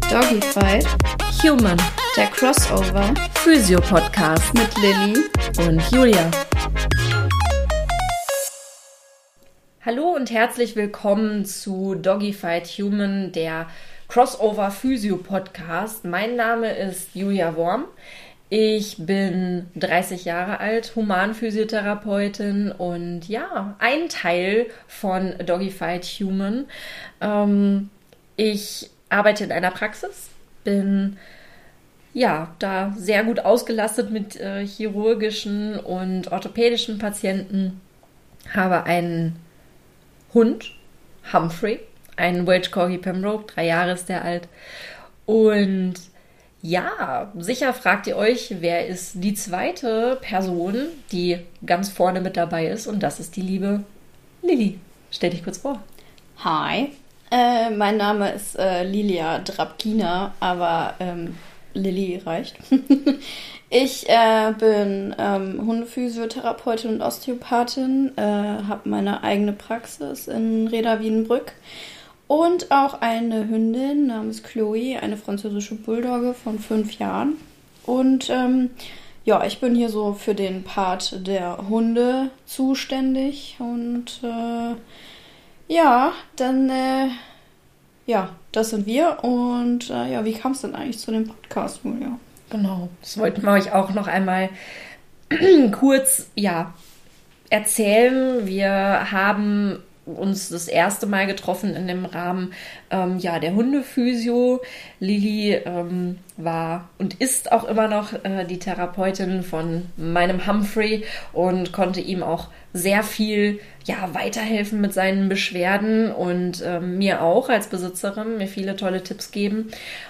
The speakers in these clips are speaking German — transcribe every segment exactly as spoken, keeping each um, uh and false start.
Doggyfight Human, der Crossover Physio-Podcast mit Lilly und Julia. Hallo und herzlich willkommen zu Doggyfight Human, der Crossover Physio-Podcast. Mein Name ist Julia Worm. Ich bin dreißig Jahre alt, Humanphysiotherapeutin und ja, ein Teil von Doggyfight Human. Ähm, ich arbeite in einer Praxis, bin ja da sehr gut ausgelastet mit äh, chirurgischen und orthopädischen Patienten, habe einen Hund, Humphrey, einen Welsh Corgi Pembroke, drei Jahre ist der alt. Und ja, sicher fragt ihr euch, wer ist die zweite Person, die ganz vorne mit dabei ist, und das ist die liebe Lilly. Stell dich kurz vor. Hi, äh, mein Name ist äh, Lilia Drabkina, aber ähm, Lilly reicht. Ich äh, bin ähm, Hundephysiotherapeutin und Osteopathin, äh, habe meine eigene Praxis in Reda-Wiedenbrück und auch eine Hündin namens Chloe, eine französische Bulldogge von fünf Jahren. Und ähm, ja, ich bin hier so für den Part der Hunde zuständig. Und äh, ja, dann, äh, ja, das sind wir. Und äh, ja, wie kam es denn eigentlich zu dem Podcast, Julia? Genau, das wollten wir euch auch noch einmal kurz ja, erzählen. Wir haben uns das erste Mal getroffen in dem Rahmen ähm, ja, der Hundephysio. Lilly ähm, war und ist auch immer noch äh, die Therapeutin von meinem Humphrey und konnte ihm auch sehr viel ja, weiterhelfen mit seinen Beschwerden und ähm, mir auch als Besitzerin, mir viele tolle Tipps geben.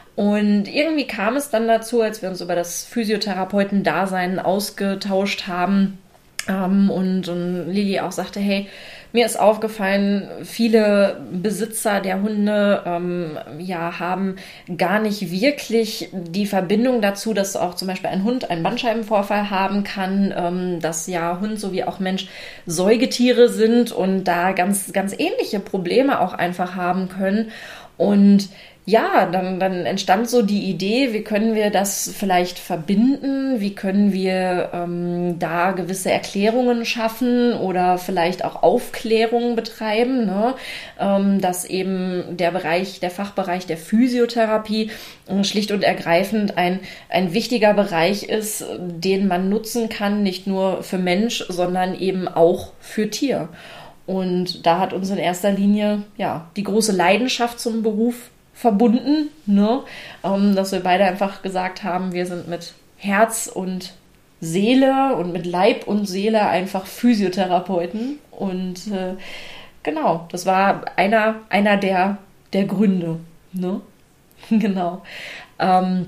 Und irgendwie kam es dann dazu, als wir uns über das Physiotherapeuten-Dasein ausgetauscht haben ähm, und, und Lilly auch sagte, hey, mir ist aufgefallen, viele Besitzer der Hunde ähm, ja, haben gar nicht wirklich die Verbindung dazu, dass auch zum Beispiel ein Hund einen Bandscheibenvorfall haben kann, ähm, dass ja Hund sowie auch Mensch Säugetiere sind und da ganz, ganz ähnliche Probleme auch einfach haben können. Und ja, dann, dann entstand so die Idee, wie können wir das vielleicht verbinden, wie können wir ähm, da gewisse Erklärungen schaffen oder vielleicht auch Aufklärungen betreiben, ne? ähm, dass eben der Bereich, der Fachbereich der Physiotherapie äh, schlicht und ergreifend ein, ein wichtiger Bereich ist, den man nutzen kann, nicht nur für Mensch, sondern eben auch für Tier. Und da hat uns in erster Linie ja die große Leidenschaft zum Beruf verbunden, ne? ähm, dass wir beide einfach gesagt haben, wir sind mit Herz und Seele und mit Leib und Seele einfach Physiotherapeuten. Und äh, genau, das war einer, einer der, der Gründe. Ne? Genau. Ähm,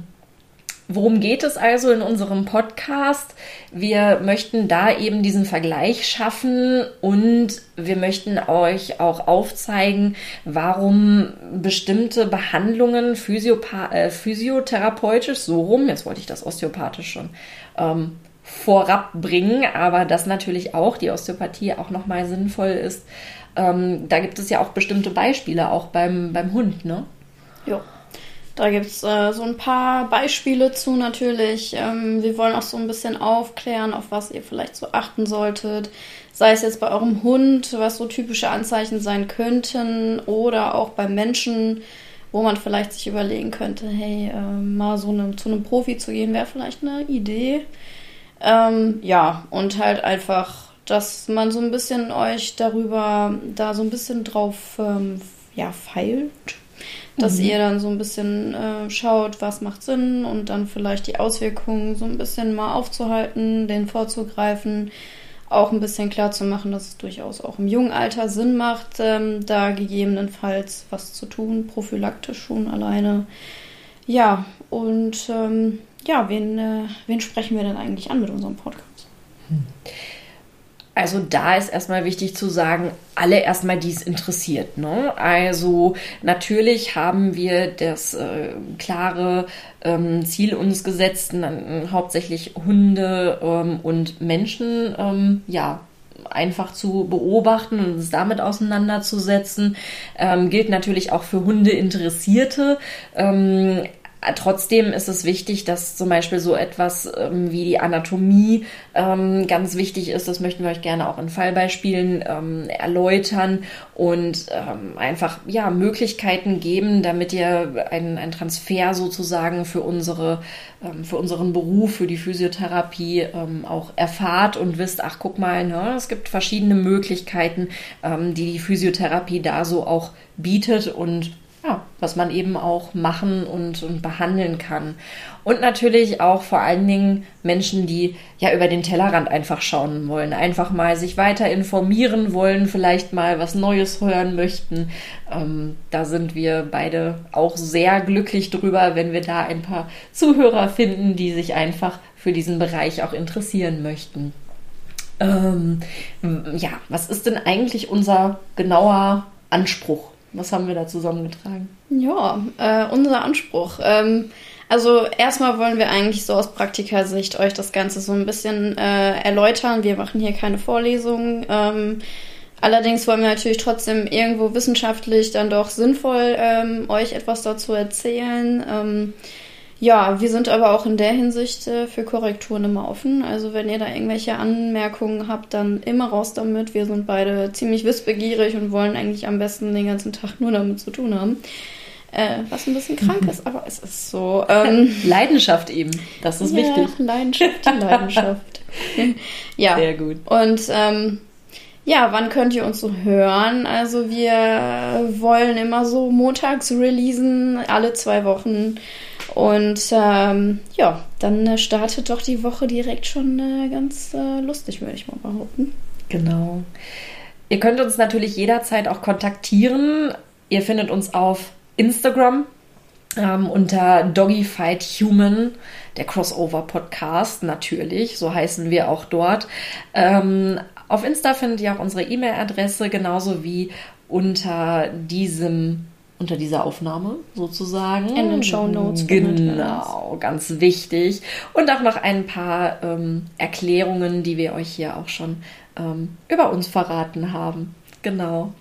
Worum geht es also in unserem Podcast? Wir möchten da eben diesen Vergleich schaffen und wir möchten euch auch aufzeigen, warum bestimmte Behandlungen physiopa- äh, physiotherapeutisch, so rum, jetzt wollte ich das osteopathisch schon ähm, vorab bringen, aber dass natürlich auch die Osteopathie auch nochmal sinnvoll ist. Ähm, da gibt es ja auch bestimmte Beispiele, auch beim, beim Hund, ne? Ja. Da gibt es äh, so ein paar Beispiele zu natürlich. Ähm, wir wollen auch so ein bisschen aufklären, auf was ihr vielleicht so achten solltet. Sei es jetzt bei eurem Hund, was so typische Anzeichen sein könnten, oder auch bei Menschen, wo man vielleicht sich überlegen könnte, hey, äh, mal so eine, zu einem Profi zu gehen, wäre vielleicht eine Idee. Ähm, ja, und halt einfach, dass man so ein bisschen euch darüber, da so ein bisschen drauf ähm, ja, feilt. Dass mhm. ihr dann so ein bisschen äh, schaut, was macht Sinn und dann vielleicht die Auswirkungen so ein bisschen mal aufzuhalten, denen vorzugreifen, auch ein bisschen klar zu machen, dass es durchaus auch im jungen Alter Sinn macht, ähm, da gegebenenfalls was zu tun, prophylaktisch schon alleine. Ja, und ähm, ja, wen, äh, wen sprechen wir denn eigentlich an mit unserem Podcast? Hm. Also da ist erstmal wichtig zu sagen, alle erstmal, die es interessiert, ne? Also natürlich haben wir das äh, klare ähm, Ziel uns gesetzt, äh, hauptsächlich Hunde ähm, und Menschen ähm, ja, einfach zu beobachten und uns damit auseinanderzusetzen. Ähm, gilt natürlich auch für Hundeinteressierte. Ähm, Trotzdem ist es wichtig, dass zum Beispiel so etwas ähm, wie die Anatomie ähm, ganz wichtig ist. Das möchten wir euch gerne auch in Fallbeispielen ähm, erläutern und ähm, einfach ja Möglichkeiten geben, damit ihr einen, einen Transfer sozusagen für unsere ähm, für unseren Beruf, für die Physiotherapie ähm, auch erfahrt und wisst, ach guck mal, ne, es gibt verschiedene Möglichkeiten, ähm, die die Physiotherapie da so auch bietet und ja, was man eben auch machen und, und behandeln kann. Und natürlich auch vor allen Dingen Menschen, die ja über den Tellerrand einfach schauen wollen, einfach mal sich weiter informieren wollen, vielleicht mal was Neues hören möchten. Ähm, da sind wir beide auch sehr glücklich drüber, wenn wir da ein paar Zuhörer finden, die sich einfach für diesen Bereich auch interessieren möchten. Ähm, ja, was ist denn eigentlich unser genauer Anspruch? Was haben wir da zusammengetragen? Ja, äh, unser Anspruch. Ähm, also erstmal wollen wir eigentlich so aus Praktikersicht euch das Ganze so ein bisschen äh, erläutern. Wir machen hier keine Vorlesungen. Ähm, allerdings wollen wir natürlich trotzdem irgendwo wissenschaftlich dann doch sinnvoll ähm, euch etwas dazu erzählen. Ähm, ja, wir sind aber auch in der Hinsicht äh, für Korrekturen immer offen. Also wenn ihr da irgendwelche Anmerkungen habt, dann immer raus damit. Wir sind beide ziemlich wissbegierig und wollen eigentlich am besten den ganzen Tag nur damit zu tun haben. Äh, was ein bisschen krank ist, aber es ist so. Ähm, Leidenschaft eben, das ist ja, wichtig. Leidenschaft, die Leidenschaft. Ja, sehr gut. Und ähm, ja, wann könnt ihr uns so hören? Also wir wollen immer so montags releasen, alle zwei Wochen. Und ähm, ja, dann äh, startet doch die Woche direkt schon äh, ganz äh, lustig, würde ich mal behaupten. Genau. Ihr könnt uns natürlich jederzeit auch kontaktieren. Ihr findet uns auf Instagram ähm, unter Doggyfight Human, der Crossover-Podcast natürlich, so heißen wir auch dort. Ähm, auf Insta findet ihr auch unsere E-Mail-Adresse, genauso wie unter diesem unter dieser Aufnahme sozusagen. In den Shownotes. Genau, ganz wichtig. Und auch noch ein paar ähm, Erklärungen, die wir euch hier auch schon ähm, über uns verraten haben. Genau.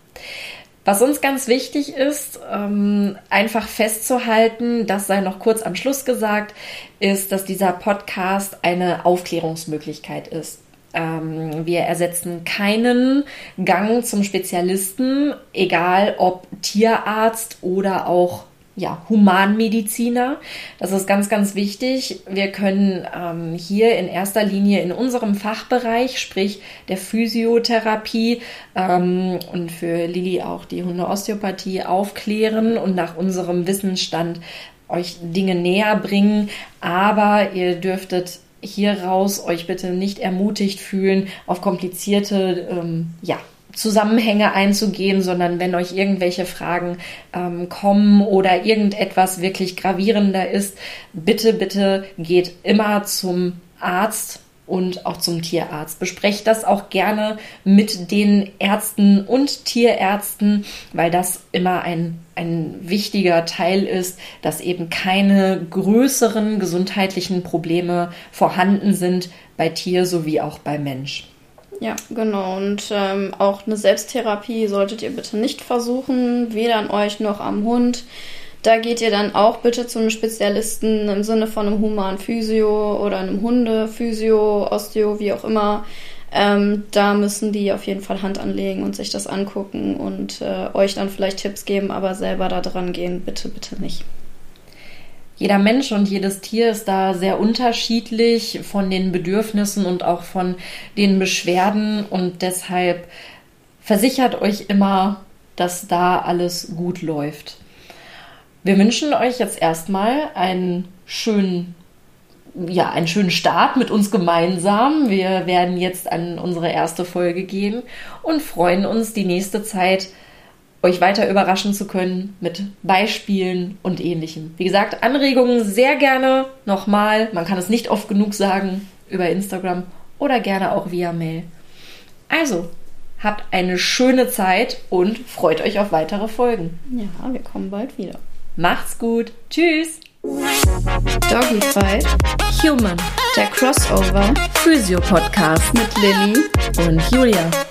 Was uns ganz wichtig ist, ähm, einfach festzuhalten, das sei noch kurz am Schluss gesagt, ist, dass dieser Podcast eine Aufklärungsmöglichkeit ist. Ähm, wir ersetzen keinen Gang zum Spezialisten, egal ob Tierarzt oder auch ja, Humanmediziner. Das ist ganz, ganz wichtig. Wir können ähm, hier in erster Linie in unserem Fachbereich, sprich der Physiotherapie ähm, und für Lilly auch die Hundeosteopathie aufklären und nach unserem Wissensstand euch Dinge näher bringen. Aber ihr dürftet hier raus euch bitte nicht ermutigt fühlen, auf komplizierte ähm, ja, Zusammenhänge einzugehen, sondern wenn euch irgendwelche Fragen ähm, kommen oder irgendetwas wirklich gravierender ist, bitte, bitte geht immer zum Arzt und auch zum Tierarzt. Besprecht das auch gerne mit den Ärzten und Tierärzten, weil das immer ein, ein wichtiger Teil ist, dass eben keine größeren gesundheitlichen Probleme vorhanden sind bei Tier sowie auch bei Mensch. Ja, genau. Und ähm, auch eine Selbsttherapie solltet ihr bitte nicht versuchen, weder an euch noch am Hund. Da geht ihr dann auch bitte zu einem Spezialisten im Sinne von einem humanen Physio oder einem Hunde-Physio, Osteo, wie auch immer. Ähm, da müssen die auf jeden Fall Hand anlegen und sich das angucken und äh, euch dann vielleicht Tipps geben, aber selber da dran gehen, bitte, bitte nicht. Jeder Mensch und jedes Tier ist da sehr unterschiedlich von den Bedürfnissen und auch von den Beschwerden und deshalb versichert euch immer, dass da alles gut läuft. Wir wünschen euch jetzt erstmal einen schönen, ja, einen schönen Start mit uns gemeinsam. Wir werden jetzt an unsere erste Folge gehen und freuen uns, die nächste Zeit euch weiter überraschen zu können mit Beispielen und Ähnlichem. Wie gesagt, Anregungen sehr gerne nochmal, man kann es nicht oft genug sagen, über Instagram oder gerne auch via Mail. Also, habt eine schöne Zeit und freut euch auf weitere Folgen. Ja, wir kommen bald wieder. Macht's gut. Tschüss. Doggyfight Human. Der Crossover Physio-Podcast mit Lilly und Julia.